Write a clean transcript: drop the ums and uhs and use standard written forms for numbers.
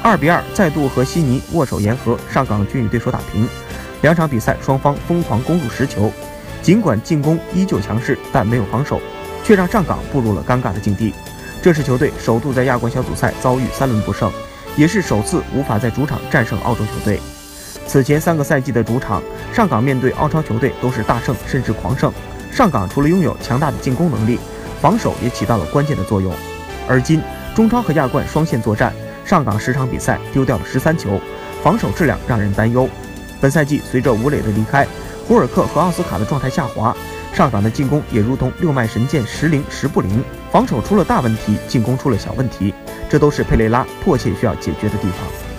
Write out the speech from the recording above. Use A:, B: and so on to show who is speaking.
A: 2-2再度和悉尼握手言和，上港均与对手打平。2场比赛双方疯狂攻入10球，尽管进攻依旧强势，但没有防守，却让上港步入了尴尬的境地。这是球队首度在亚冠小组赛遭遇3轮不胜，也是首次无法在主场战胜澳洲球队。此前3个赛季的主场，上港面对澳超球队都是大胜甚至狂胜。上港除了拥有强大的进攻能力，防守也起到了关键的作用。而今中超和亚冠双线作战，上港10场比赛丢掉了13球，防守质量让人担忧。本赛季随着吴磊的离开，胡尔克和奥斯卡的状态下滑，上港的进攻也如同6脉神剑时灵时不灵，防守出了大问题，进攻出了小问题，这都是佩雷拉迫切需要解决的地方。